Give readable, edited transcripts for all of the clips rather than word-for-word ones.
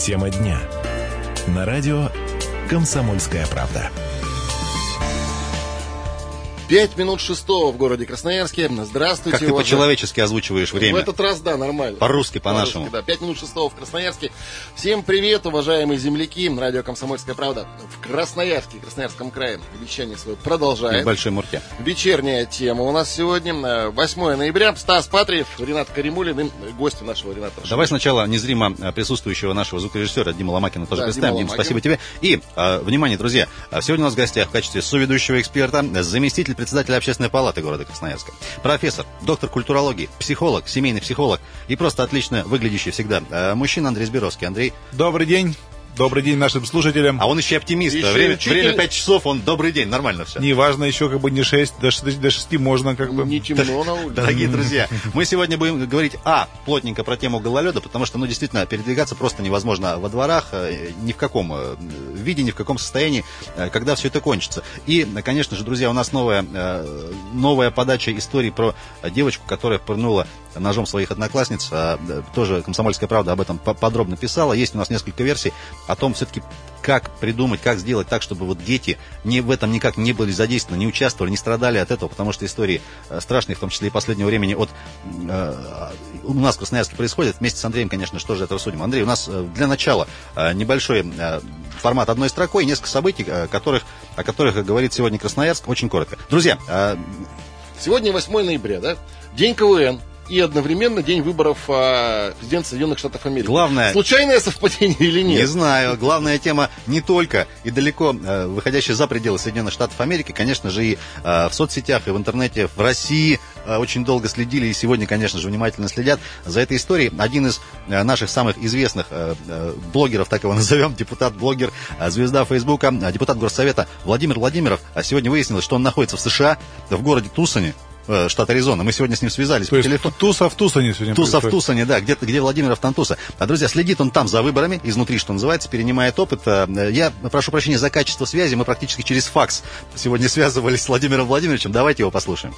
Тема дня. На радио «Комсомольская правда». 5 минут 6 в городе Красноярске. Здравствуйте. Как ты по-человечески озвучиваешь время? В этот раз, да, нормально. По-русски, по-нашему. Да. 5 минут 6 в Красноярске. Всем привет, уважаемые земляки. Радио «Комсомольская правда» в Красноярске, Красноярском крае. Вещание свое продолжает. В Большой Мурте. Вечерняя тема у нас сегодня. 8 ноября. Стас Патриев, Ренат Каримулин и гости нашего Рената. Давай сначала незримо присутствующего нашего звукорежиссера Дима Ломакина тоже представим. Дим, спасибо тебе. И, внимание, друзья, сегодня у нас в гостях в качестве соведущего эксперта заместитель председателя Общественной палаты города Красноярска, профессор, доктор культурологии, психолог, семейный психолог и просто отлично выглядящий всегда мужчина Андрей Зберовский. Андрей. Добрый день. Добрый день нашим слушателям. А он еще оптимист. Время 5 часов, он добрый день, нормально все. Неважно, еще как бы не 6, до 6 можно как бы. Не темно на улице. Дорогие друзья, мы сегодня будем говорить плотненько про тему гололеда, потому что, действительно, передвигаться просто невозможно во дворах, ни в каком виде, ни в каком состоянии, когда все это кончится. И, конечно же, друзья, у нас новая подача истории про девочку, которая пырнула ножом своих одноклассниц. Тоже «Комсомольская правда» об этом подробно писала. Есть у нас несколько версий о том, все-таки, как придумать, как сделать так, чтобы дети в этом никак не были задействованы, не участвовали, не страдали от этого, потому что истории страшные, в том числе и последнего времени, у нас в Красноярске происходят. Вместе с Андреем, конечно, что же это рассудим. Андрей, у нас для начала небольшой формат одной строкой, несколько событий, о которых говорит сегодня Красноярск, очень коротко. Друзья, сегодня 8 ноября, да? День КВН. И одновременно день выборов президента Соединенных Штатов Америки. Главное, случайное совпадение или нет? Не знаю. Главная тема не только и далеко выходящая за пределы Соединенных Штатов Америки. Конечно же, и в соцсетях, и в интернете, в России очень долго следили. И сегодня, конечно же, внимательно следят за этой историей. Один из наших самых известных блогеров, так его назовем, депутат-блогер, звезда Фейсбука, депутат Горсовета Владимир Владимиров. Сегодня выяснилось, что он находится в США, в городе Тусоне, штат Аризона. Мы сегодня с ним связались по телефону. Туса в Тусоне сегодня. Туса в Тусоне, да, где Владимиров, там Туса. Друзья, следит он там за выборами, изнутри, что называется, перенимает опыт. Я прошу прощения за качество связи, мы практически через факс сегодня связывались с Владимиром Владимировичем. Давайте его послушаем.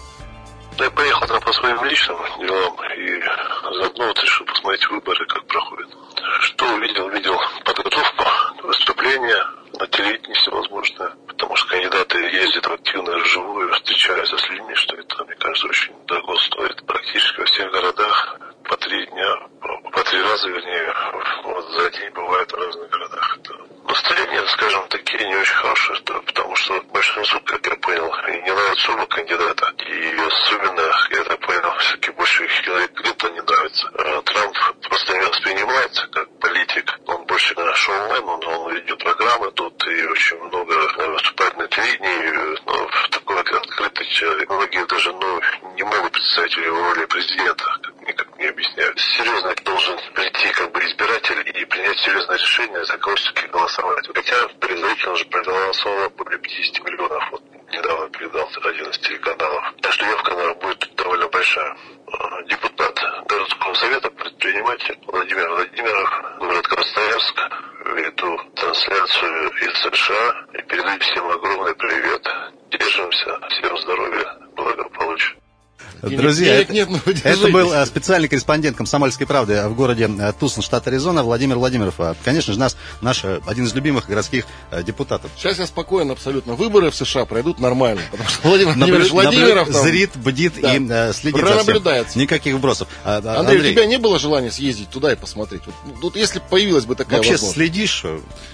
Я поехал там по своим личным делам и заодно решил посмотреть выборы, как проходят. Что увидел? Видел подготовку, выступления на телевидении всевозможное, потому что кандидаты ездят активно вживую, встречаются с людьми, что это, мне кажется, очень дорого стоит. Практически во всех городах по 3 дня, по 3 раза, вернее, за день бывает в разных городах. Настроения, скажем, такие не очень хорошие, потому что большинству, как я понял, не нравится оба кандидата. И особенно, я так понял, все-таки больше Хиллари Клинтон не нравится. Трамп просто не воспринимается как политик. Он больше шоумен, он ведет программы тут и очень много выступает на телевидении, но в такой открытый человек. Многие даже не могут представить его роли президента, как мне объясняют. Серьезно должен прийти избиратель и принять серьезное решение, за кого все-таки голосовать. Хотя предварительно уже проголосовало более 50 миллионов. Недавно передал один из телеканалов. Так что явка, наверное, будет довольно большая. Депутат городского совета, предприниматель Владимир Владимиров, город Красноярск, веду трансляцию из США и передаю всем огромный привет. Держимся, всем здоровья, благополучия. Друзья, это был специальный корреспондент «Комсомольской правды» в городе Тусон, штат Аризона, Владимир Владимиров. Конечно же, наш один из любимых городских депутатов. Сейчас я спокоен абсолютно. Выборы в США пройдут нормально, потому что Владимир Владимиров зрит, бдит и следит за всем. Никаких вбросов. Андрей, у тебя не было желания съездить туда и посмотреть? Вот если появилась бы такая возможность. Вообще следишь?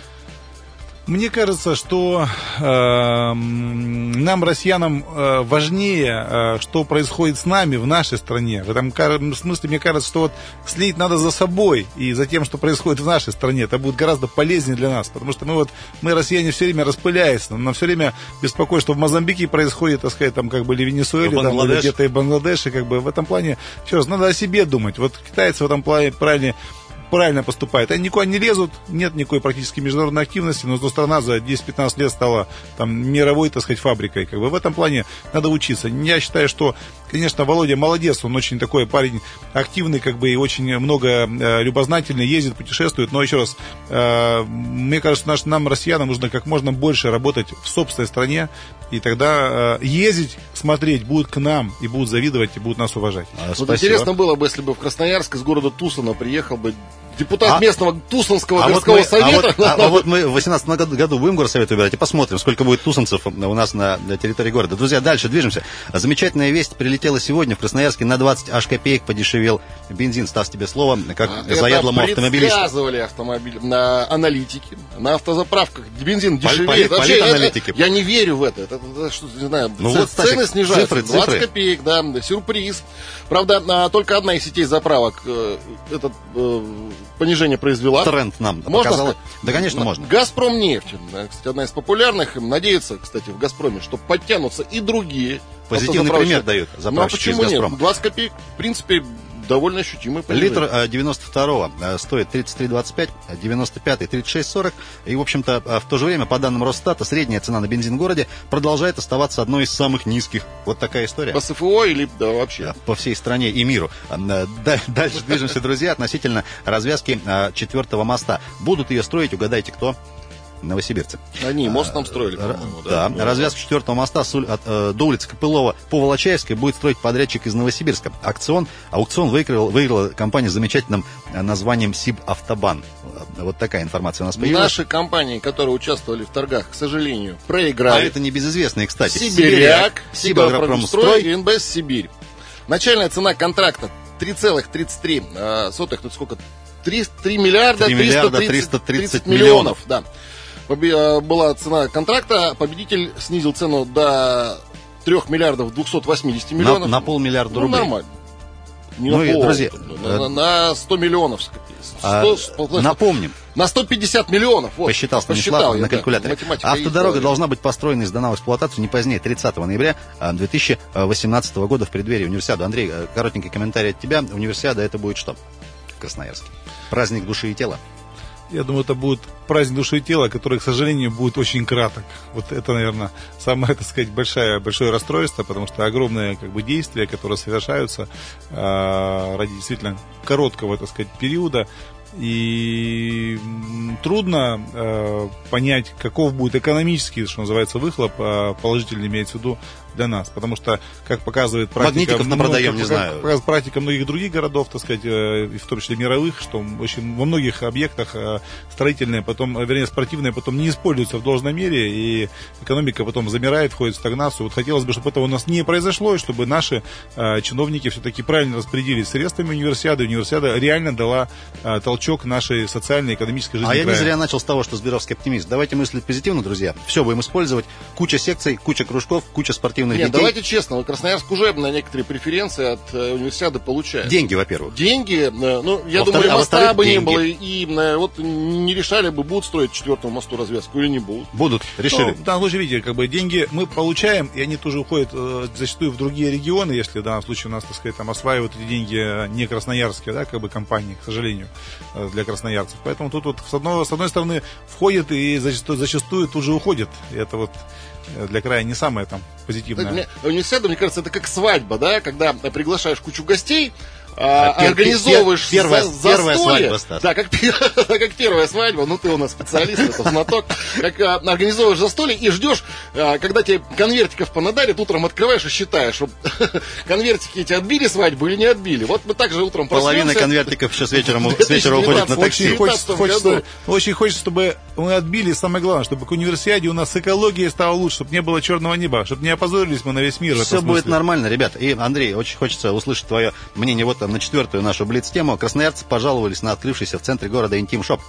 Мне кажется, что нам, россиянам, важнее, что происходит с нами в нашей стране. В этом смысле, мне кажется, что следить надо за собой и за тем, что происходит в нашей стране. Это будет гораздо полезнее для нас, потому что мы россияне, все время распыляемся, нам все время беспокоит, что в Мозамбике происходит, так сказать, там, или в Венесуэле, там, или где-то и Бангладеше, в этом плане, еще раз, надо о себе думать. Китайцы в этом плане правильно поступает. Они никуда не лезут, нет никакой практически международной активности, но страна за 10-15 лет стала мировой, так сказать, фабрикой. В этом плане надо учиться. Я считаю, что, конечно, Володя молодец, он очень такой парень активный, и очень много любознательный, ездит, путешествует, но еще раз, мне кажется, нам, россиянам, нужно как можно больше работать в собственной стране, и тогда ездить, смотреть будут к нам, и будут завидовать, и будут нас уважать. Интересно было бы, если бы в Красноярск из города Тусона приехал бы депутат местного Тусонского городского совета. А вот мы в 2018 году будем горсовет выбирать и посмотрим, сколько будет тусонцев у нас на территории города. Друзья, дальше движемся. Замечательная весть прилетела сегодня. В Красноярске на 20 аж копеек подешевел бензин. Стас, тебе слово, как заядлому автомобилисту. Предсказывали аналитики на автозаправках. Бензин дешевеет. Вообще, я не верю в это. Это что, не знаю, цены снижаются. 20 копеек, да, сюрприз. Правда, только одна из сетей заправок это понижение произвела. Тренд нам показала. Да, конечно, можно. Газпромнефть, кстати, одна из популярных. Надеется, кстати, в Газпроме, что подтянутся и другие. Позитивный пример дают заправщики из Газпрома. Нет? 20 копеек, в принципе, довольно ощутимый понижение. Литр 92-го стоит 33,25, 95-й 36,40. И, в общем-то, в то же время, по данным Росстата, средняя цена на бензин в городе продолжает оставаться одной из самых низких. Вот такая история. По СФО или вообще? По всей стране и миру. Дальше движемся, друзья, относительно развязки 4-го моста. Будут ее строить, угадайте, кто? Новосибирцы. Они мост нам строили, по-моему, да? Да, развязку 4-го моста до улицы Копылова по Волочаевской будет строить подрядчик из Новосибирска. Аукцион выиграла компания с замечательным названием «Сибавтобан». Вот такая информация у нас появилась. Наши компании, которые участвовали в торгах, к сожалению, проиграли. А это небезызвестные, кстати. Сибиряк, Сибагропромстрой и НБС «Сибирь». Начальная цена контракта 3,33. Тут сколько? 3 миллиарда 330 миллионов. Да. Была цена контракта, победитель снизил цену до 3 миллиардов 280 миллионов. На полмиллиарда рублей. Нормально. Друзья, на 100 миллионов. Напомним. На 150 миллионов. Вот, посчитал Станислав на калькуляторе. Автодорога должна быть построена и сдана в эксплуатацию не позднее 30 ноября 2018 года в преддверии универсиады. Андрей, коротенький комментарий от тебя. Универсиада — это будет что в Красноярске? Праздник души и тела? Я думаю, это будет праздник души и тела, который, к сожалению, будет очень краток. Вот это, наверное, самое, так сказать, большое расстройство, потому что огромные действия, которые совершаются ради действительно короткого, так сказать, периода. И трудно понять, каков будет экономический, что называется, выхлоп, положительный имеется в виду для нас. Потому что, как показывает практика... Магнитиков напродаем, не знаю. Показывает практика многих других городов, так сказать, и в том числе мировых, что очень во многих объектах строительные, спортивные потом не используются в должной мере, и экономика потом замирает, входит в стагнацию. Вот хотелось бы, чтобы этого у нас не произошло, и чтобы наши чиновники все-таки правильно распределились средствами универсиады. Универсиада реально дала толчок нашей социальной и экономической жизни. А я не зря начал с того, что Сберовский оптимист. Давайте мыслить позитивно, друзья. Все будем использовать. Куча секций, куча кружков, куча спортивных детей. Давайте честно, Красноярск уже на некоторые преференции от универсиады получает. Деньги, во-первых. Деньги, я думаю, моста бы не было, и вот не решали бы, будут строить 4-му мосту развязку или не будут. Будут, решили. В данном случае, видите, деньги мы получаем, и они тоже уходят зачастую в другие регионы, если в данном случае у нас, так сказать, там осваивают эти деньги не красноярские, компании, к сожалению, для красноярцев. Поэтому тут вот с одной стороны входит и зачастую тут же уходит. И это вот для края не самое там позитивное. Универсиада, мне кажется, это как свадьба, да, когда приглашаешь кучу гостей, организовываешь первая свадьба, Стас. Да, как первая свадьба, ты у нас специалист, это знаток. Как организовываешь застолье и ждешь, когда тебе конвертиков понадарят, утром открываешь и считаешь, конвертики эти отбили свадьбу или не отбили. Вот мы также утром проснемся. Половина конвертиков сейчас с вечера уходит на такси. Очень хочется, чтобы мы отбили, самое главное, чтобы к универсиаде у нас с экологией стало лучше, чтобы не было черного неба, чтобы не опозорились мы на весь мир. Все будет нормально, ребят. И, Андрей, очень хочется услышать твое мнение. Вот на 4-ю нашу блиц-тему. Красноярцы пожаловались на открывшийся в центре города интим-шоп.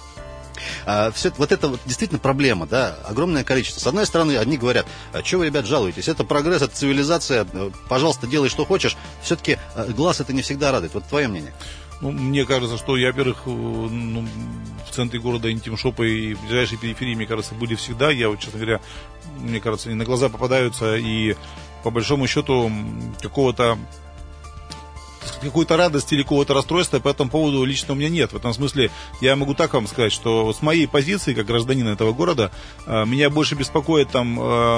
Вот это вот действительно проблема, да, огромное количество. С одной стороны, одни говорят, что вы, ребят, жалуетесь, это прогресс, это цивилизация, пожалуйста, делай, что хочешь. Все-таки глаз это не всегда радует. Вот твое мнение. Мне кажется, что во-первых, в центре города интим-шопы и в ближайшей периферии, мне кажется, были всегда. Я вот, честно говоря, мне кажется, они на глаза попадаются, и по большому счету какой-то радости или какого-то расстройства по этому поводу лично у меня нет. В этом смысле я могу так вам сказать, что с моей позиции, как гражданина этого города, меня больше беспокоит там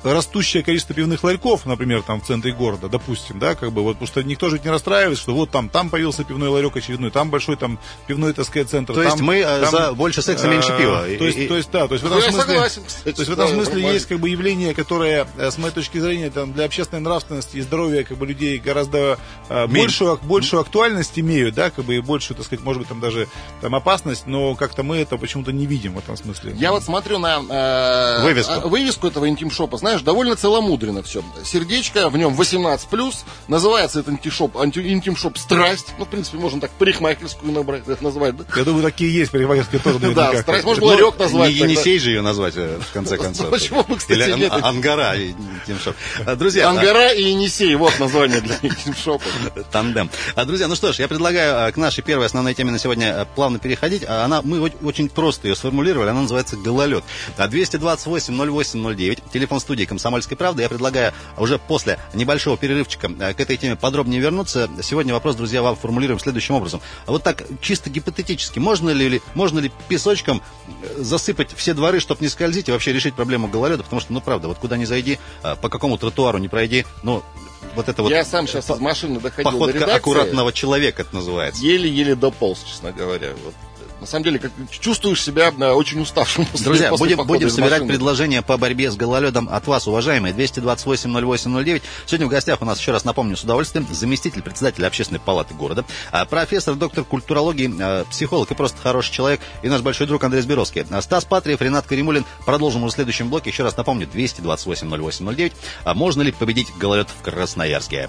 растущее количество пивных ларьков, например, там в центре города, допустим, да, как бы, вот, потому что никто же не расстраивается, что вот там появился пивной ларек очередной, там большой там пивной, так сказать, центр. То есть мы за больше секса, меньше пива. То есть в этом смысле, согласен, кстати, то есть в этом смысле есть как бы явление, которое, с моей точки зрения, там, для общественной нравственности и здоровья как бы людей гораздо большую актуальность имеют, да, как бы и большую, так сказать, может быть, там даже там опасность, но как-то мы это почему-то не видим в этом смысле. Я вот смотрю на вывеску этого интим-шопа, знаешь, довольно целомудренно все. Сердечко, в нем 18+, называется этот интим-шоп «Страсть». Ну, в принципе, можно так парикмахерскую назвать, да? Я думаю, такие есть парикмахерские тоже. Да, «Страсть», можно ларек назвать. Не Енисей же ее назвать, в конце концов. Почему бы, кстати, или Ангара интим-шоп. Друзья, Ангара и Енисей, вот название для интим-шопа. Тандем. Друзья, ну что ж, я предлагаю к нашей первой основной теме на сегодня плавно переходить. Мы очень просто ее сформулировали, она называется «Гололед». 228-08-09, телефон студии «Комсомольской правды». Я предлагаю уже после небольшого перерывчика к этой теме подробнее вернуться. Сегодня вопрос, друзья, вам формулируем следующим образом. Вот так, чисто гипотетически, можно ли песочком засыпать все дворы, чтобы не скользить, и вообще решить проблему гололеда? Потому что, ну, правда, вот куда ни зайди, по какому тротуару не пройди, ну, вот это вот... Я сам сейчас из машины доходил походка до редакции. Аккуратного человека это называется. Еле-еле дополз, честно говоря. Вот. На самом деле, как чувствуешь себя очень уставшим. Друзья, будем собирать предложения по борьбе с гололедом от вас, уважаемые. 228-08-09. Сегодня в гостях у нас, еще раз напомню, с удовольствием, заместитель председателя Общественной палаты города, профессор, доктор культурологии, психолог и просто хороший человек, и наш большой друг Андрей Зберовский. Стас Патриев, Ренат Каримулин. Продолжим уже в следующем блоке. Еще раз напомню, 228-08-09. Можно ли победить гололед в Красноярске?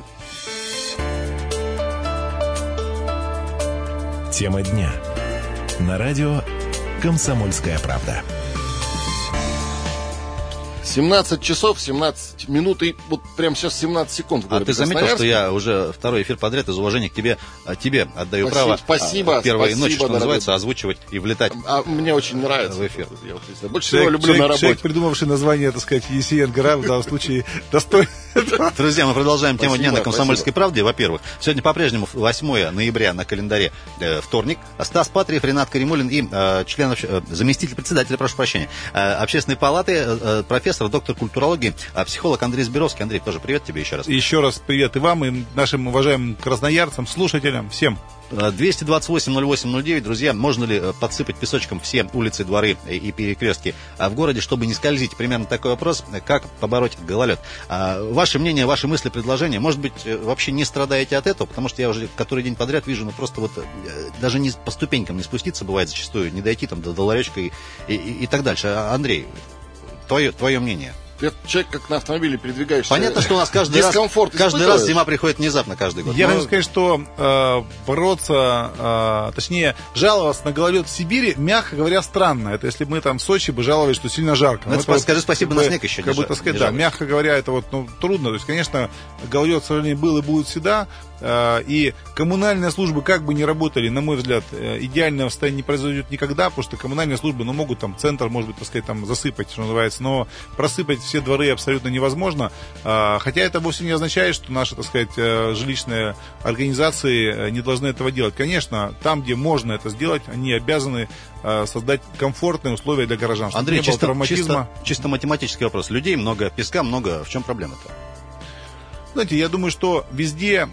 Тема дня. На радио «Комсомольская правда». 17 часов, 17 минут и вот прямо сейчас 17 секунд. А ты заметил, что я уже второй эфир подряд из уважения к тебе отдаю право первой ночи, что называется, озвучивать и влетать. Мне очень нравится в эфир. Я больше всего люблю на работе. Человек, придумавший название, так сказать, Енисей Ангара, в данном случае достоин. Друзья, мы продолжаем тему дня на «Комсомольской правде». Во-первых, сегодня по-прежнему 8 ноября на календаре вторник. Стас Патриев, Ренат Каримулин и заместитель председателя, прошу прощения, Общественной палаты, профессор, доктор культурологии, психолог Андрей Зберовский. Андрей, тоже привет тебе еще раз. Еще раз привет и вам, и нашим уважаемым красноярцам, слушателям, всем. 228-08-09, друзья, можно ли подсыпать песочком все улицы, дворы и перекрестки в городе, чтобы не скользить? Примерно такой вопрос, как побороть гололед. Ваше мнение, ваши мысли, предложения, может быть, вообще не страдаете от этого, потому что я уже который день подряд вижу, просто вот даже не по ступенькам не спуститься бывает зачастую, не дойти там до ларечка и так дальше. Андрей, твое мнение? Ты человек, как на автомобиле передвигаешься. Понятно, что у нас каждый раз зима приходит внезапно каждый год. Я хочу сказать, что бороться, точнее, жаловаться на гололед в Сибири, мягко говоря, странно. Это если бы мы там в Сочи бы жаловались, что сильно жарко. Скажи спасибо, на снег еще как бы, так сказать, да, мягко говоря, это вот трудно. То есть, конечно, гололед, к сожалению, был и будет всегда. И коммунальные службы, как бы ни работали, на мой взгляд, идеального состояния не произойдет никогда, потому что коммунальные службы, могут там центр, может быть, так сказать, там засыпать, что называется, но просыпать все дворы абсолютно невозможно. Хотя это вовсе не означает, что наши, так сказать, жилищные организации не должны этого делать. Конечно, там, где можно это сделать, они обязаны создать комфортные условия для горожан. Андрей, чисто математический вопрос. Людей много, песка много. В чем проблема-то? Знаете, я думаю, что везде,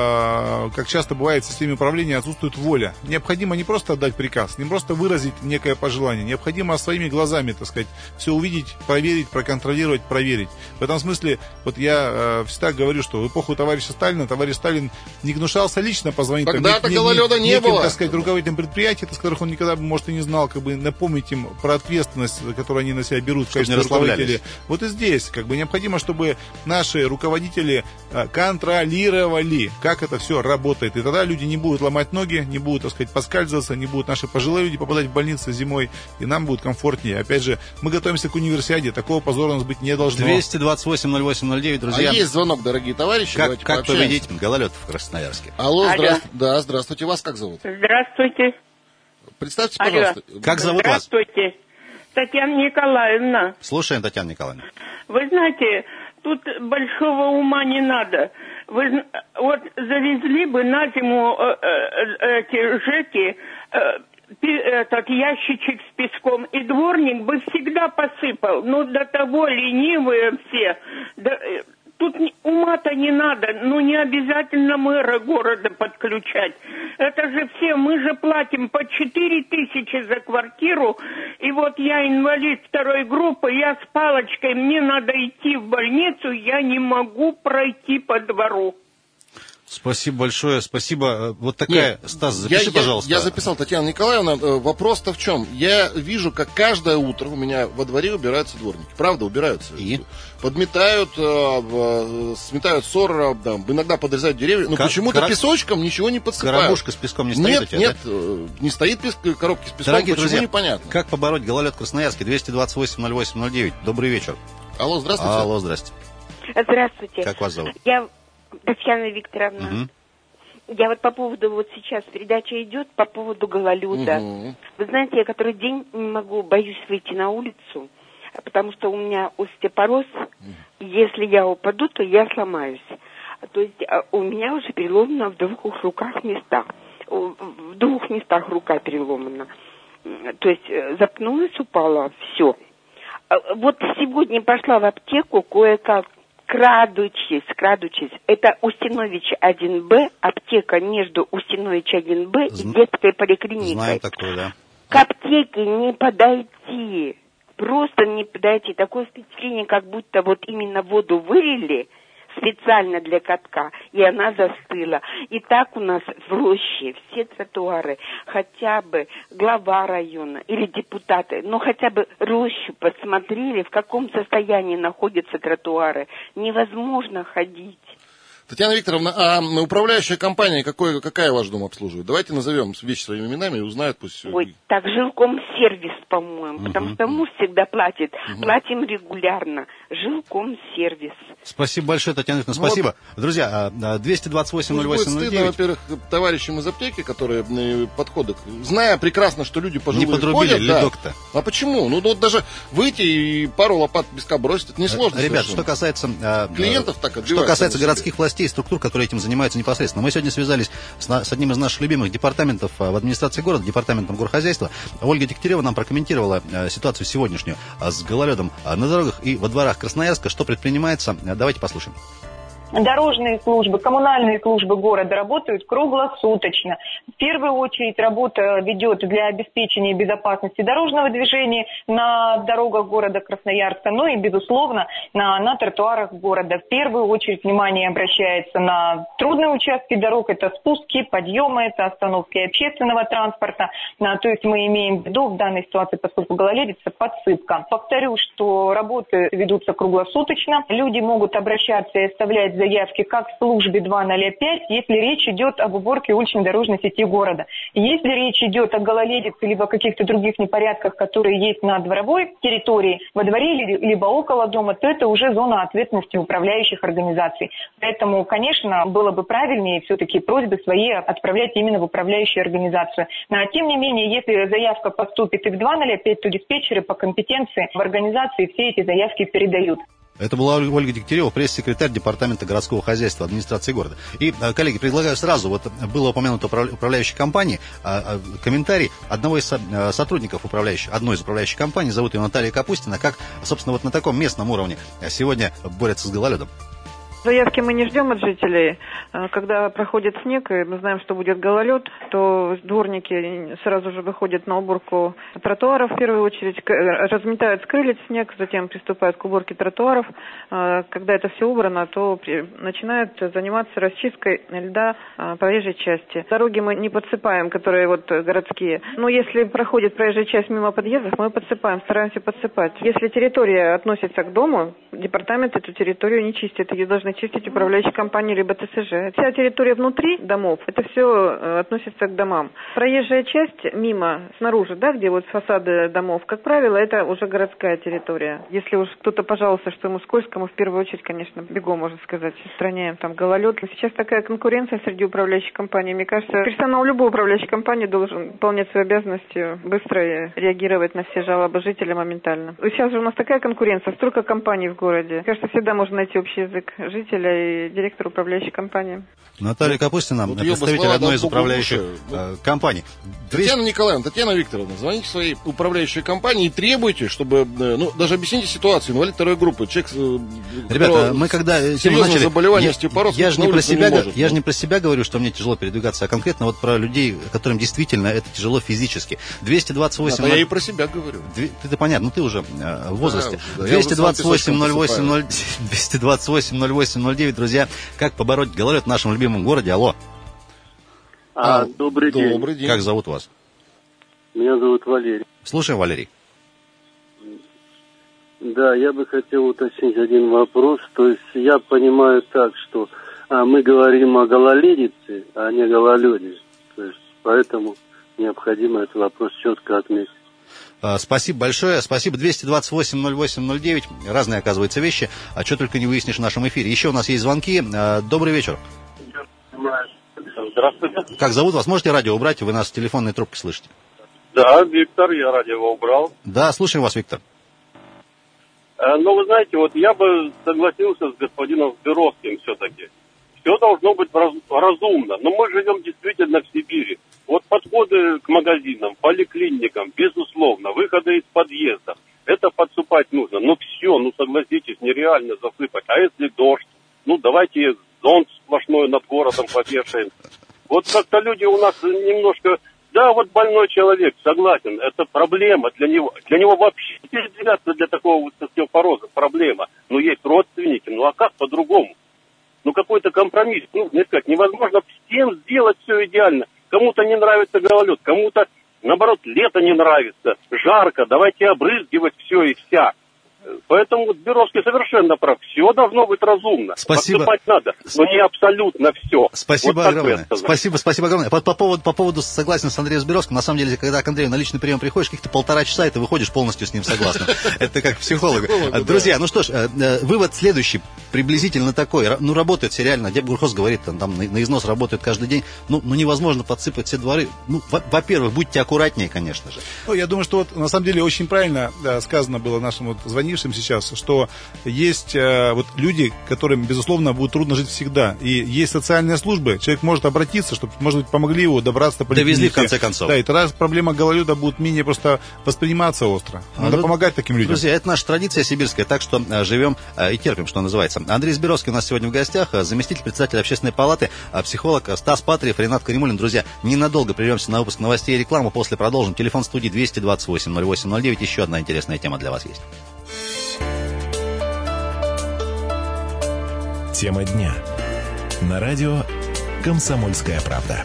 как часто бывает в системе управления, отсутствует воля. Необходимо не просто отдать приказ, не просто выразить некое пожелание. Необходимо своими глазами, так сказать, все увидеть, проверить, проконтролировать, проверить. В этом смысле, вот я всегда говорю, что в эпоху товарища Сталина, товарищ Сталин не гнушался лично позвонить тогда-то гололеда не было, так сказать, руководителям предприятий, с которых он никогда, может, и не знал, как бы напомнить им про ответственность, которую они на себя берут в качестве руководителей. Вот и здесь, как бы необходимо, чтобы наши руководители контролировали, как это все работает. И тогда люди не будут ломать ноги, не будут, так сказать, поскальзываться, не будут наши пожилые люди попадать в больницы зимой, и нам будет комфортнее. Опять же, мы готовимся к универсиаде, такого позора у нас быть не должно. 228-08-09, друзья. Есть звонок, дорогие товарищи. Как победить гололед в Красноярске? Алло, здравствуйте. Вас как зовут? Здравствуйте. Представьте, пожалуйста. Как зовут вас? Здравствуйте. Татьяна Николаевна. Слушаем, Татьяна Николаевна. Вы знаете, тут большого ума не надо. Вот завезли бы на зиму эти ЖЭКи этот ящичек с песком, и дворник бы всегда посыпал. Ну, до того ленивые все. Тут ума-то не надо, ну не обязательно мэра города подключать. Это же все, мы же платим по 4 тысячи за квартиру, и вот я инвалид второй группы, я с палочкой, мне надо идти в больницу, я не могу пройти по двору. Спасибо большое, спасибо. Вот такая, Стас, запиши, пожалуйста. Я записал, Татьяна Николаевна. Вопрос-то в чем? Я вижу, как каждое утро у меня во дворе убираются дворники. Правда, убираются. И? Подметают, сметают ссор, да, иногда подрезают деревья. Но почему-то песочком ничего не подсыпают. Коробушка с песком не стоит у тебя, Нет, да? Не стоит коробки с песком. Дорогие почему, друзья, непонятно. Как побороть гололед в Красноярске? 228-08-09. Добрый вечер. Алло, здравствуйте. Алло, здрасте. Здравствуйте. Как вас зовут? Я Татьяна Викторовна. Угу. Я вот по поводу, вот сейчас передача идет по поводу гололеда. Угу. Вы знаете, я который день не могу, боюсь выйти на улицу, потому что у меня остеопороз. Если я упаду, то я сломаюсь. То есть у меня уже переломано в 2 руках местах. В 2 местах рука переломана. То есть запнулась, упала, все. Вот сегодня пошла в аптеку кое-как, крадучись. Это Устинович 1Б, аптека между Устинович 1Б и детской поликлиникой. Знаю такое, да. К аптеке не подойти. Просто не подойти. Такое впечатление, как будто вот именно воду вылили специально для катка, и она застыла. И так у нас в роще все тротуары, хотя бы глава района или депутаты, но хотя бы рощу посмотрели, в каком состоянии находятся тротуары. Невозможно ходить. Татьяна Викторовна, а управляющая компания какая ваш дом обслуживает? Давайте назовем вещи своими именами и узнают пусть. Ой, так, Жилкомсервис, по-моему, потому что муж всегда платит. Платим регулярно. Жилкомсервис. Спасибо большое, Татьяна Викторовна, спасибо. Друзья, 228-08-09. Будет стыдно, во-первых, товарищам из аптеки, которые подходят, зная прекрасно, что люди пожилые не подрубили ходят, ледок-то. Да. А почему? Ну, вот даже выйти и пару лопат песка бросить, это несложно. Ребят, совершенно. что касается клиентов, так что касается городских властей и структур, которые этим занимаются непосредственно. Мы сегодня связались с одним из наших любимых департаментов в администрации города, департаментом горхозяйства. Ольга Дегтярева нам прокомментировала ситуацию сегодняшнюю с гололедом на дорогах и во дворах Красноярска. Что предпринимается? Давайте послушаем. Дорожные службы, коммунальные службы города работают круглосуточно. В первую очередь работа ведет для обеспечения безопасности дорожного движения на дорогах города Красноярска, ну и, безусловно, на тротуарах города. В первую очередь внимание обращается на трудные участки дорог, это спуски, подъемы, это остановки общественного транспорта. То есть мы имеем в виду в данной ситуации, поскольку гололедица, подсыпка. Повторю, что работы ведутся круглосуточно. Люди могут обращаться и оставлять заявки как в службе 205, если речь идет об уборке уличной дорожной сети города. Если речь идет о гололедице, либо о каких-то других непорядках, которые есть на дворовой территории, во дворе, либо около дома, то это уже зона ответственности управляющих организаций. Поэтому, конечно, было бы правильнее все-таки просьбы свои отправлять именно в управляющую организацию. Но, тем не менее, если заявка поступит и в 205, то диспетчеры по компетенции в организации все эти заявки передают. Это была Ольга Дегтярева, пресс-секретарь департамента городского хозяйства администрации города. И, коллеги, предлагаю сразу, вот было упомянуто управляющей компании, комментарий одного из сотрудников одной из управляющих компаний, зовут ее Наталья Капустина, как, собственно, вот на таком местном уровне сегодня борется с гололедом. Заявки мы не ждем от жителей. Когда проходит снег, и мы знаем, что будет гололед, то дворники сразу же выходят на уборку тротуаров в первую очередь, разметают с крыльев снег, затем приступают к уборке тротуаров. Когда это все убрано, то начинают заниматься расчисткой льда проезжей части. Дороги мы не подсыпаем, которые вот городские. Но если проходит проезжая часть мимо подъездов, мы подсыпаем, стараемся подсыпать. Если территория относится к дому, департамент эту территорию не чистит, ее должны чистить управляющие компании либо ТСЖ. Вся территория внутри домов, это все относится к домам. Проезжая часть мимо, снаружи, да, где вот фасады домов, как правило, это уже городская территория. Если уж кто-то пожаловался, что ему скользко, мы в первую очередь, конечно, бегом, можно сказать, устраняем там гололед. Сейчас такая конкуренция среди управляющих компаний. Мне кажется, персонал любой управляющей компании должен выполнять свои обязанности, быстро реагировать на все жалобы жителей моментально. Сейчас же у нас такая конкуренция, столько компаний в городе. Мне кажется, всегда можно найти общий язык. жителя и директор управляющей компании. Наталья Капустина, представитель одной из управляющих компаний. Татьяна Николаевна, Татьяна Викторовна, звоните своей управляющей компании и требуйте, чтобы, даже объясните ситуацию, инвалид второй группы, человек, ребята, мы когда серьезное заболевание остеопороз, я же не про себя говорю, что мне тяжело передвигаться, а конкретно вот про людей, которым действительно это тяжело физически. 228... я и про себя говорю. Ты понятно, ты уже в возрасте. 228-08-09, друзья, как побороть гололед в нашем любимом городе. Алло. Добрый день. Как зовут вас? Меня зовут Валерий. Слушаем, Валерий. Да, я бы хотел уточнить один вопрос. То есть я понимаю так, что мы говорим о гололедице, а не гололеде. То есть поэтому необходимо этот вопрос четко отметить. Спасибо большое. Спасибо. 228-08-09. Разные, оказывается, вещи. А что только не выяснишь в нашем эфире. Еще у нас есть звонки. Добрый вечер. Здравствуйте. Как зовут вас? Можете радио убрать? Вы нас в телефонной трубке слышите. Да, Виктор, я радио убрал. Да, слушаем вас, Виктор. Вы знаете, вот я бы согласился с господином Сберовским все-таки. Все должно быть разумно. Но мы живем действительно в Сибири. Вот подходы к магазинам, поликлиникам, безусловно, выходы из подъездов. Это подсыпать нужно. Но все, согласитесь, нереально засыпать. А если дождь? Давайте зонт сплошной над городом повешаем. Вот как-то люди у нас немножко... Да, вот больной человек, согласен, это проблема для него. Для него вообще передвигаться для такого остеопороза проблема. Есть родственники, а как по-другому? Какой-то компромисс. Мне сказать, невозможно всем сделать все идеально. Кому-то не нравится гололед, кому-то, наоборот, лето не нравится, жарко, давайте обрызгивать все и вся. Поэтому Сберовский совершенно прав. Все должно быть разумно. Спасибо. Поступать надо, но не абсолютно все. Спасибо огромное. Спасибо огромное. По поводу согласен с Андреем Сберовским. На самом деле, когда к Андрею на личный прием приходишь, каких-то 1,5 часа, и ты выходишь полностью с ним согласен. Это как психолог. Друзья, вывод следующий. Приблизительно такой. Работают все реально. Депгурхоз говорит, там на износ работают каждый день. Невозможно подсыпать все дворы. Во-первых, будьте аккуратнее, конечно же. Я думаю, что на самом деле очень правильно сказано было нашим звонившим сейчас, что есть люди, которым, безусловно, будет трудно жить всегда. И есть социальные службы. Человек может обратиться, чтобы, может быть, помогли его добраться до поликлиники. Довезли, в конце концов. Да, и тогда проблема гололеда будет менее просто восприниматься остро. Надо помогать таким людям. Друзья, это наша традиция сибирская, так что живем и терпим, что называется. Андрей Сберовский у нас сегодня в гостях, заместитель председателя общественной палаты, психолог Стас Патриев, Ренат Каримулин. Друзья, ненадолго прервемся на выпуск новостей и рекламы, после продолжим. Телефон студии 228-08-09. Еще одна интересная тема для вас есть. Тема дня. На радио «Комсомольская правда».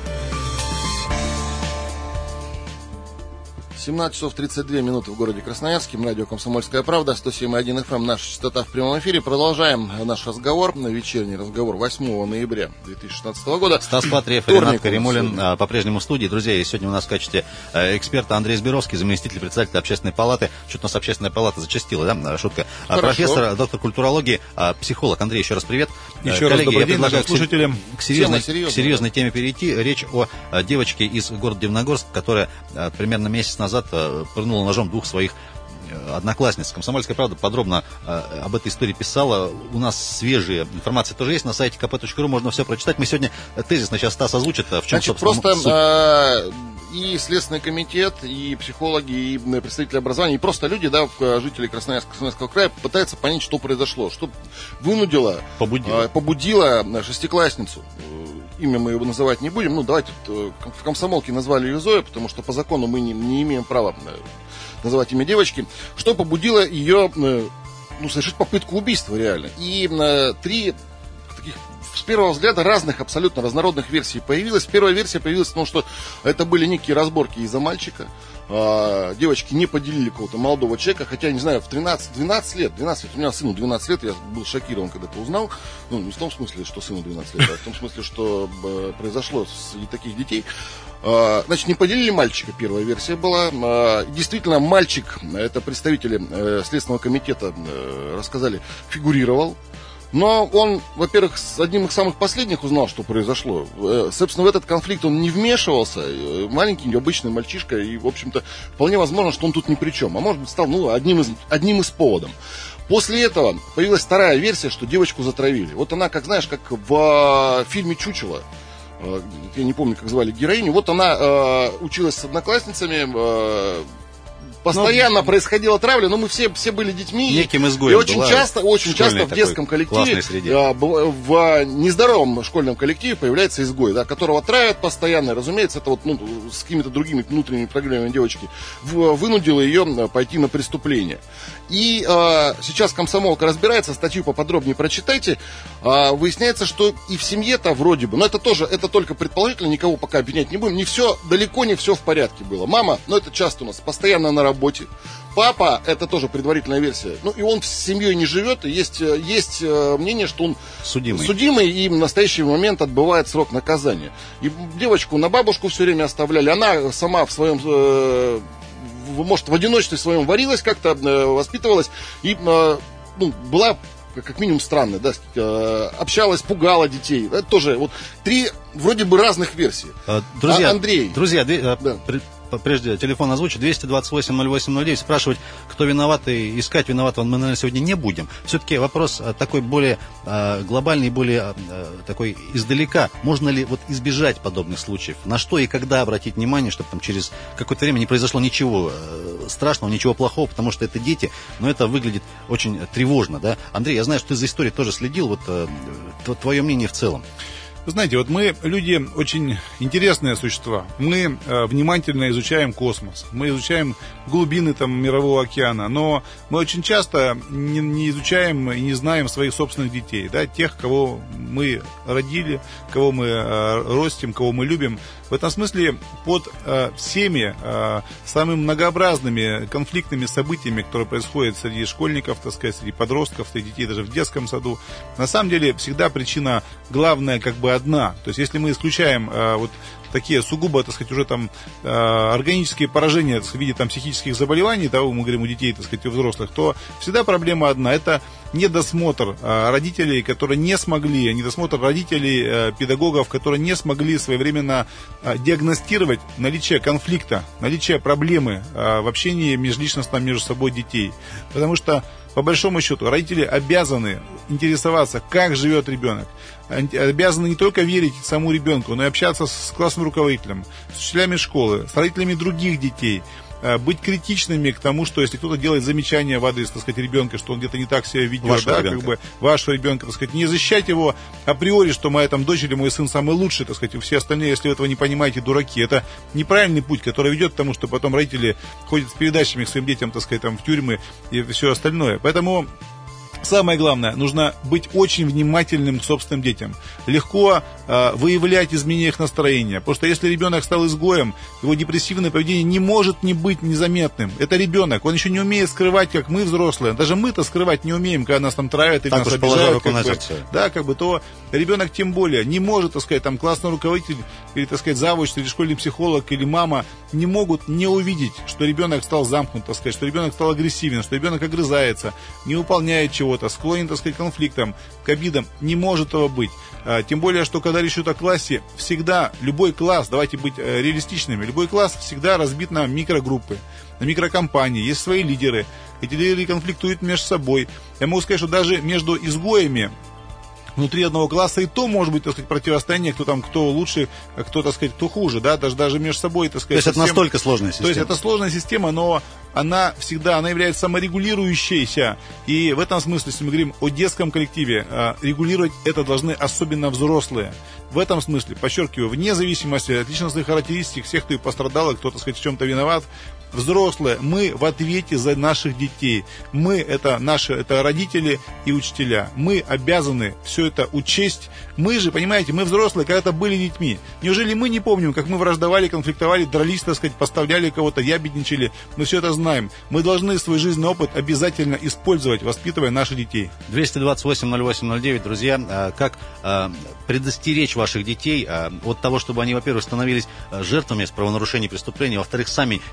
17 часов 32 минуты в городе Красноярске. Радио «Комсомольская правда», 107.1 FM, наша частота в прямом эфире. Продолжаем наш разговор, вечерний разговор 8 ноября 2016 года. Стас Патриев, Ренат Каримулин по-прежнему в студии. Друзья, и сегодня у нас в качестве эксперта Андрей Сберовский, заместитель председателя общественной палаты. Что-то у нас общественная палата зачастила, да? Шутка. Хорошо. Профессор, доктор культурологии, психолог. Андрей, еще раз привет. Еще раз добрый день нашим слушателям. К серьезной теме перейти. Речь о девочке из города Дивногорск, которая примерно месяц назад пырнула ножом 2 своих одноклассниц. «Комсомольская правда» подробно об этой истории писала. У нас свежая информация тоже есть на сайте kp.ru, можно все прочитать. Мы сегодня тезисно сейчас Стас озвучит, в чем, собственно, суть. И Следственный комитет, и психологи, и представители образования, и просто люди, жители Красноярского края пытаются понять, что произошло, что побудило шестиклассницу. Имя мы его называть не будем. Давайте в комсомолке назвали ее Зоя, потому что по закону мы не имеем права называть имя девочки. Что побудило ее совершить попытку убийства реально. И 3 таких, с первого взгляда, разных, абсолютно разнородных версий появилось. Первая версия появилась в том, что это были некие разборки из-за мальчика. Девочки не поделили какого-то молодого человека, хотя, не знаю, в 12 лет, у меня сыну 12 лет, я был шокирован, когда это узнал, не в том смысле, что сыну 12 лет, а в том смысле, что произошло среди таких детей. Значит, не поделили мальчика, первая версия была. Действительно, мальчик, это представители Следственного комитета рассказали, фигурировал Но он, во-первых, одним из самых последних узнал, что произошло. Собственно, в этот конфликт он не вмешивался. Маленький, обычный мальчишка. И, в общем-то, вполне возможно, что он тут ни при чем. А может быть, стал одним из поводов. После этого появилась вторая версия, что девочку затравили. Вот она, как знаешь, как в фильме «Чучело». Я не помню, как звали героиню. Вот она училась с одноклассницами. Постоянно происходила травля, но мы все были детьми. Неким изгоем. И очень часто в детском коллективе, в нездоровом школьном коллективе появляется изгой, да, которого травят постоянно. И, разумеется, это вот с какими-то другими внутренними проблемами девочки вынудило ее пойти на преступление. И сейчас комсомолка разбирается, статью поподробнее прочитайте. Выясняется, что и в семье-то вроде бы, но это только предположительно, никого пока обвинять не будем, далеко не все в порядке было. Мама, это часто у нас, постоянно на работе. Папа, это тоже предварительная версия, и он с семьей не живет, и есть мнение, что он судимый и в настоящий момент отбывает срок наказания. И девочку на бабушку все время оставляли, она сама в своем... может, в одиночестве своем варилась как-то, воспитывалась и была как минимум странная, да, общалась, пугала детей. Это тоже вот 3 вроде бы разных версий. Друзья, Андрей. Прежде телефон озвучу, 228-08-09, спрашивать, кто виноват, и искать виноватого мы, наверное, сегодня не будем. Все-таки вопрос такой более глобальный, более такой издалека. Можно ли избежать подобных случаев? На что и когда обратить внимание, чтобы там через какое-то время не произошло ничего страшного, ничего плохого, потому что это дети, но это выглядит очень тревожно, да? Андрей, я знаю, что ты за историей тоже следил, твое мнение в целом. Вы знаете, мы, люди, очень интересные существа. Мы внимательно изучаем космос, мы изучаем глубины мирового океана, но мы очень часто не изучаем и не знаем своих собственных детей, да, тех, кого мы родили, кого мы ростим, кого мы любим. В этом смысле под всеми самыми многообразными конфликтными событиями, которые происходят среди школьников, среди подростков, среди детей даже в детском саду, на самом деле всегда причина главная одна. То есть если мы исключаем такие сугубо, уже органические поражения в виде психических заболеваний, мы говорим у детей, у взрослых, то всегда проблема одна. Это недосмотр родителей, которые не смогли, недосмотр родителей, педагогов, которые не смогли своевременно диагностировать наличие конфликта, наличие проблемы в общении межличностном между собой детей. Потому что, по большому счету, родители обязаны интересоваться, как живет ребенок. Обязаны не только верить самому ребенку, но и общаться с классным руководителем, с учителями школы, с родителями других детей. Быть критичными к тому, что если кто-то делает замечание в адрес, ребенка, что он где-то не так себя ведет, вашего ребенка, не защищать его априори, что моя дочь или мой сын самый лучший, все остальные, если вы этого не понимаете, дураки. Это неправильный путь, который ведет к тому, что потом родители ходят с передачами к своим детям, в тюрьмы и все остальное. Поэтому самое главное, нужно быть очень внимательным к собственным детям. Легко выявлять изменения их настроения. Потому что если ребенок стал изгоем, его депрессивное поведение не может не быть незаметным. Это ребенок, он еще не умеет скрывать, как мы, взрослые. Даже мы-то скрывать не умеем, когда нас травят или нас обижают. То ребенок тем более не может, классный руководитель или, завуч, или школьный психолог, или мама не могут не увидеть, что ребенок стал замкнут, что ребенок стал агрессивен, что ребенок огрызается, не выполняет чего-то, склонен, к конфликтам, к обидам. Не может этого быть. Тем более, что когда речь идет о классе, всегда любой класс, давайте быть реалистичными, любой класс всегда разбит на микрогруппы, на микрокомпании, есть свои лидеры. Эти лидеры конфликтуют между собой. Я могу сказать, что даже между изгоями внутри одного класса и то может быть, противостояние, кто лучше, а кто, кто хуже, да, даже между собой, То есть это настолько сложная система. То есть это сложная система, но она является саморегулирующейся. И в этом смысле, если мы говорим о детском коллективе, регулировать это должны особенно взрослые. В этом смысле, подчеркиваю, вне зависимости от личностных характеристик, всех, кто и пострадал, и кто, в чем-то виноват, взрослые, мы в ответе за наших детей. Мы, это родители и учителя. Мы обязаны все это учесть. Мы же, понимаете, мы взрослые, когда-то были детьми. Неужели мы не помним, как мы враждовали, конфликтовали, дрались, поставляли кого-то, ябедничали? Мы все это знаем. Мы должны свой жизненный опыт обязательно использовать, воспитывая наших детей. 228-08-09, друзья, как предостеречь ваших детей от того, чтобы они, во-первых, становились жертвами правонарушений, преступлений, во-вторых, сами не становились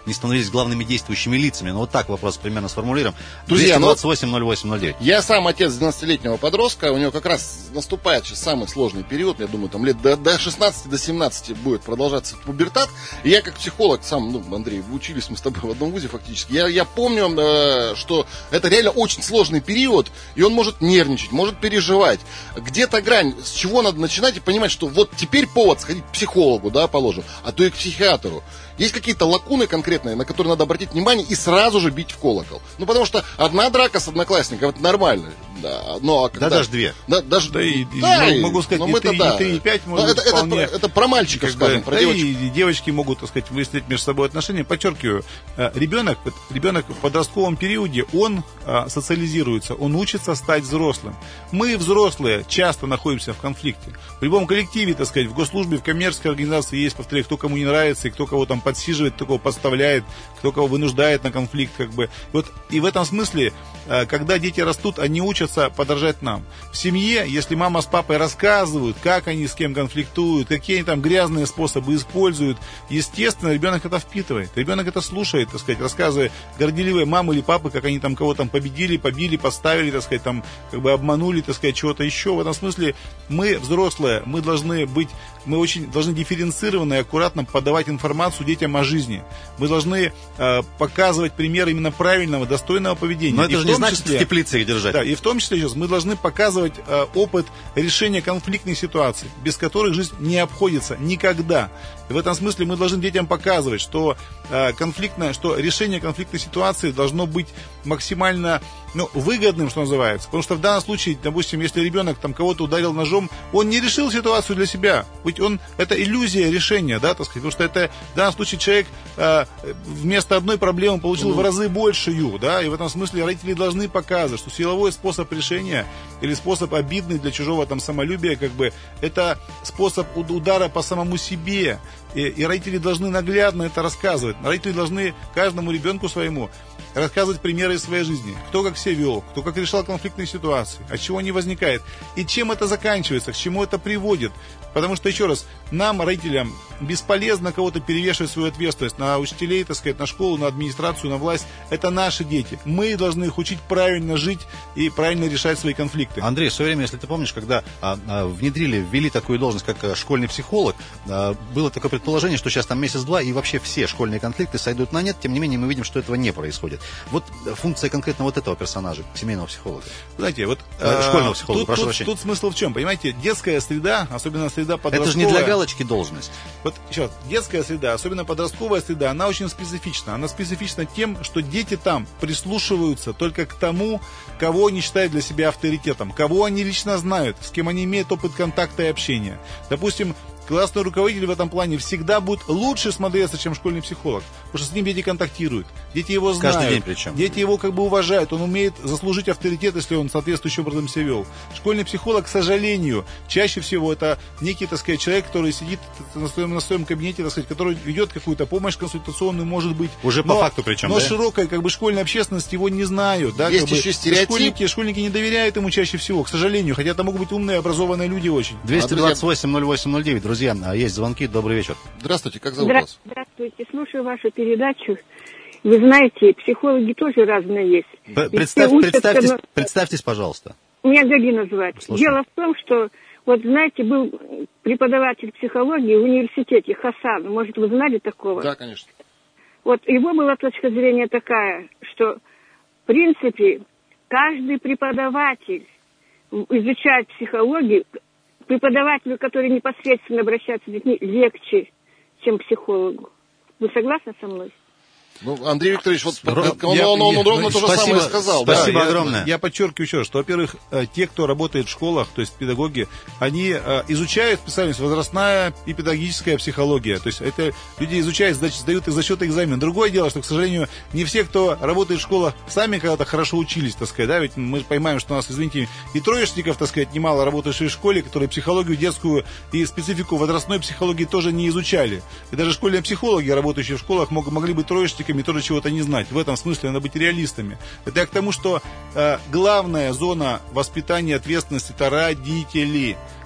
являетесь главными действующими лицами? Ну, вот так вопрос примерно сформулируем. Друзья, 228-08-09. Я сам отец 12-летнего подростка, у него как раз наступает сейчас самый сложный период, я думаю, там лет до 16, до 17 будет продолжаться пубертат. И я как психолог сам, Андрей, учились мы с тобой в одном вузе фактически, я помню, что это реально очень сложный период, и он может нервничать, может переживать. Где-то грань, с чего надо начинать и понимать, что вот теперь повод сходить к психологу, да, положим, а то и к психиатру. Есть какие-то лакуны конкретные, на которые надо обратить внимание и сразу же бить в колокол. Ну, потому что одна драка с одноклассником, это нормально. Да, но, а когда... да даже две. Могу сказать, и 3, и 5 может вполне. Это про мальчиков, скажем, про девочек. И девочки могут, так сказать, выяснить между собой отношения. Подчеркиваю, ребенок в подростковом периоде, он социализируется, он учится стать взрослым. Мы, взрослые, часто находимся в конфликте. В любом коллективе, так сказать, в госслужбе, в коммерческой организации есть, повторяю, кто кому не нравится, и кто кого там подсиживает, кто кого подставляет, кто кого вынуждает на конфликт, как бы. Вот, и в этом смысле, когда дети растут, они учатся подражать нам. В семье, если мама с папой рассказывают, как они с кем конфликтуют, какие они там грязные способы используют, естественно, ребенок это впитывает. Ребенок это слушает, так сказать, рассказывая горделивые мамы или папы, как они там кого там победили, побили, подставили, так сказать, там, как бы обманули, так сказать, чего-то еще. В этом смысле мы, взрослые, мы очень должны дифференцированно и аккуратно подавать информацию детям о жизни. Мы должны показывать пример именно правильного, достойного поведения. Но это же не значит в теплице их держать. Да, и в том числе сейчас мы должны показывать опыт решения конфликтных ситуаций, без которых жизнь не обходится никогда. И в этом смысле мы должны детям показывать, что решение конфликтной ситуации должно быть максимально выгодным, что называется. Потому что в данном случае, допустим, если ребенок там кого-то ударил ножом, он не решил ситуацию для себя. Ведь это иллюзия решения, да, так сказать. Потому что это в данном случае человек вместо одной проблемы получил в разы большую, да, и в этом смысле родители должны показывать, что силовой способ решения или способ обидный для чужого там самолюбия, как бы, это способ удара по самому себе. И родители должны наглядно это рассказывать. Родители должны каждому ребенку своему рассказывать примеры из своей жизни. Кто как себя вел, кто как решал конфликтные ситуации, от чего они возникают, и чем это заканчивается, к чему это приводит. Потому что, еще раз, нам, родителям, бесполезно кого-то перевешивать свою ответственность на учителей, так сказать, на школу, на администрацию, на власть. Это наши дети. Мы должны их учить правильно жить и правильно решать свои конфликты. Андрей, в свое время, если ты помнишь, когда ввели такую должность, как школьный психолог, было такое предположение, что сейчас там месяц-два, и вообще все школьные конфликты сойдут на нет. Тем не менее, мы видим, что этого не происходит. Вот функция конкретно вот этого персонажа, семейного психолога. Знаете, вот школьного психолога, тут смысл в чем? Понимаете, детская среда, особенно среда подростковая. Это же не для галочки должность. Вот еще раз, детская среда, особенно подростковая среда, она очень специфична. Она специфична тем, что дети там прислушиваются только к тому, кого они считают для себя авторитетом, кого они лично знают, с кем они имеют опыт контакта и общения. Допустим, классный руководитель в этом плане всегда будет лучше смотреться, чем школьный психолог. Потому что с ним дети контактируют. Дети его знают. Каждый день причем. Дети его как бы уважают. Он умеет заслужить авторитет, если он соответствующим образом себя вел. Школьный психолог, к сожалению, чаще всего это некий, так сказать, человек, который сидит на своем кабинете, так сказать, который ведет какую-то помощь консультационную, может быть. Уже по факту причем, но широкая как бы школьная общественность его не знают. Да, есть как еще бы, стереотип. Школьники не доверяют ему чаще всего, к сожалению. Хотя это могут быть умные, образованные люди очень. 228-08-09. Друзья, есть звонки. Добрый вечер. Здравствуйте, как зовут вас? Здравствуйте, слушаю вашу передачу. Вы знаете, психологи тоже разные есть. Представьтесь, пожалуйста. Меня Галина звать. Слушаю. Дело в том, что, вот знаете, был преподаватель психологии в университете Хасан. Может, вы знали такого? Да, конечно. Вот его была точка зрения такая, что, в принципе, каждый преподаватель изучает психологию, преподавателю, который непосредственно обращается с детьми, легче, чем психологу. Вы согласны со мной? Андрей Викторович, он ровно то же самое сказал. Спасибо огромное. Я подчеркиваю еще, что, во-первых, те, кто работает в школах, то есть педагоги, они изучают специальность возрастная и педагогическая психология. То есть это люди изучают, сдают их зачеты экзамен. Другое дело, что, к сожалению, не все, кто работает в школах, сами когда-то хорошо учились, так сказать, да, ведь мы понимаем, что у нас, извините, и троечников, так сказать, немало работающих в школе, которые психологию детскую и специфику возрастной психологии тоже не изучали. И даже школьные психологи, работающие в школах, могли быть троечниками, тоже чего-то не знать. В этом смысле надо быть реалистами. Это я к тому, что главная зона воспитания ответственности — это родители.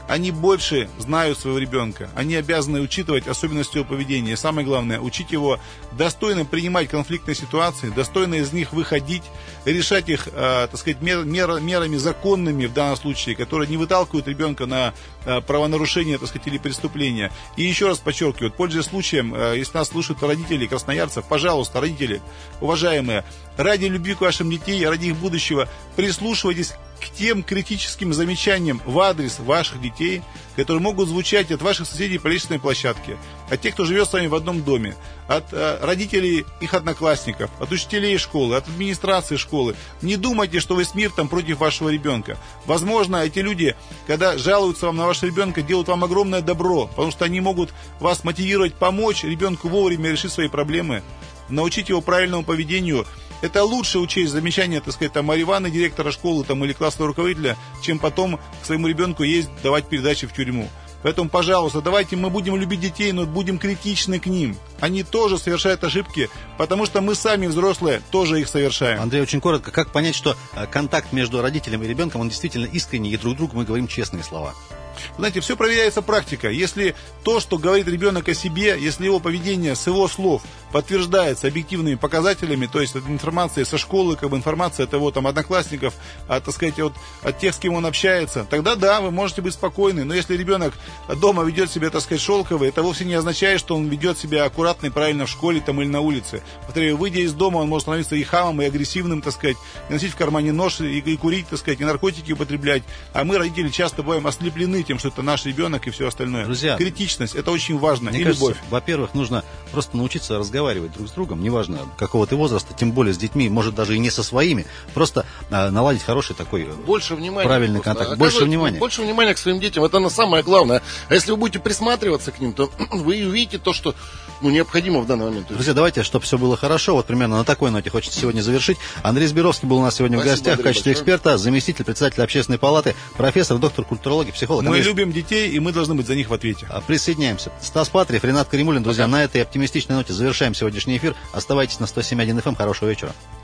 они больше знают своего ребенка. Они обязаны учитывать особенности его поведения. И самое главное, учить его достойно принимать конфликтные ситуации, достойно из них выходить, решать их, так сказать, мерами законными в данном случае, которые не выталкивают ребенка на правонарушение, так сказать, или преступление. И еще раз подчеркиваю, пользуясь случаем, если нас слушают родители красноярцев, пожалуйста, родители, уважаемые, ради любви к вашим детей, ради их будущего, прислушивайтесь к тем критическим замечаниям в адрес ваших детей, которые могут звучать от ваших соседей по лестничной площадке, от тех, кто живет с вами в одном доме, от родителей их одноклассников, от учителей школы, от администрации школы. Не думайте, что весь мир там против вашего ребенка. Возможно, эти люди, когда жалуются вам на вашего ребенка, делают вам огромное добро, потому что они могут вас мотивировать помочь ребенку вовремя решить свои проблемы, научить его правильному поведению. Это лучше учесть замечания, так сказать, там, Марьи Ивановны, директора школы там, или классного руководителя, чем потом к своему ребенку давать передачи в тюрьму. Поэтому, пожалуйста, давайте мы будем любить детей, но будем критичны к ним. Они тоже совершают ошибки, потому что мы сами, взрослые, тоже их совершаем. Андрей, очень коротко, как понять, что контакт между родителем и ребенком, он действительно искренний, и друг другу мы говорим честные слова? Знаете, все проверяется практикой. Если то, что говорит ребенок о себе, если его поведение с его слов подтверждается объективными показателями, то есть от информации со школы, как бы информация от его там одноклассников, так сказать, от тех, с кем он общается, тогда да, вы можете быть спокойны. Но если ребенок дома ведет себя, так сказать, шелковый, это вовсе не означает, что он ведет себя аккуратно и правильно в школе там, или на улице. Повторяю, выйдя из дома, он может становиться и хамом, и агрессивным, так сказать, и носить в кармане нож, и курить, так сказать, и наркотики употреблять. А мы, родители, часто бываем ослеплены тем, что это наш ребенок и все остальное. Друзья, критичность, это очень важно. Мне и кажется, любовь. Во-первых, нужно просто научиться разговаривать друг с другом, неважно какого ты возраста, тем более с детьми, может даже и не со своими, просто наладить хороший такой правильный контакт. Больше внимания. Больше внимания к своим детям, это самое главное. А если вы будете присматриваться к ним, то вы увидите то, что необходимо в данный момент. Друзья, давайте, чтобы все было хорошо, вот примерно на такой ноте хочется сегодня завершить. Андрей Зберовский был у нас сегодня в гостях в качестве эксперта, заместитель председателя общественной палаты, профессор, доктор культурологии, психолог. Мы любим детей, и мы должны быть за них в ответе. Присоединяемся. Стас Патриев, Ренат Каримуллин. Друзья, на этой оптимистичной ноте завершаем сегодняшний эфир. Оставайтесь на 107.1 FM. Хорошего вечера.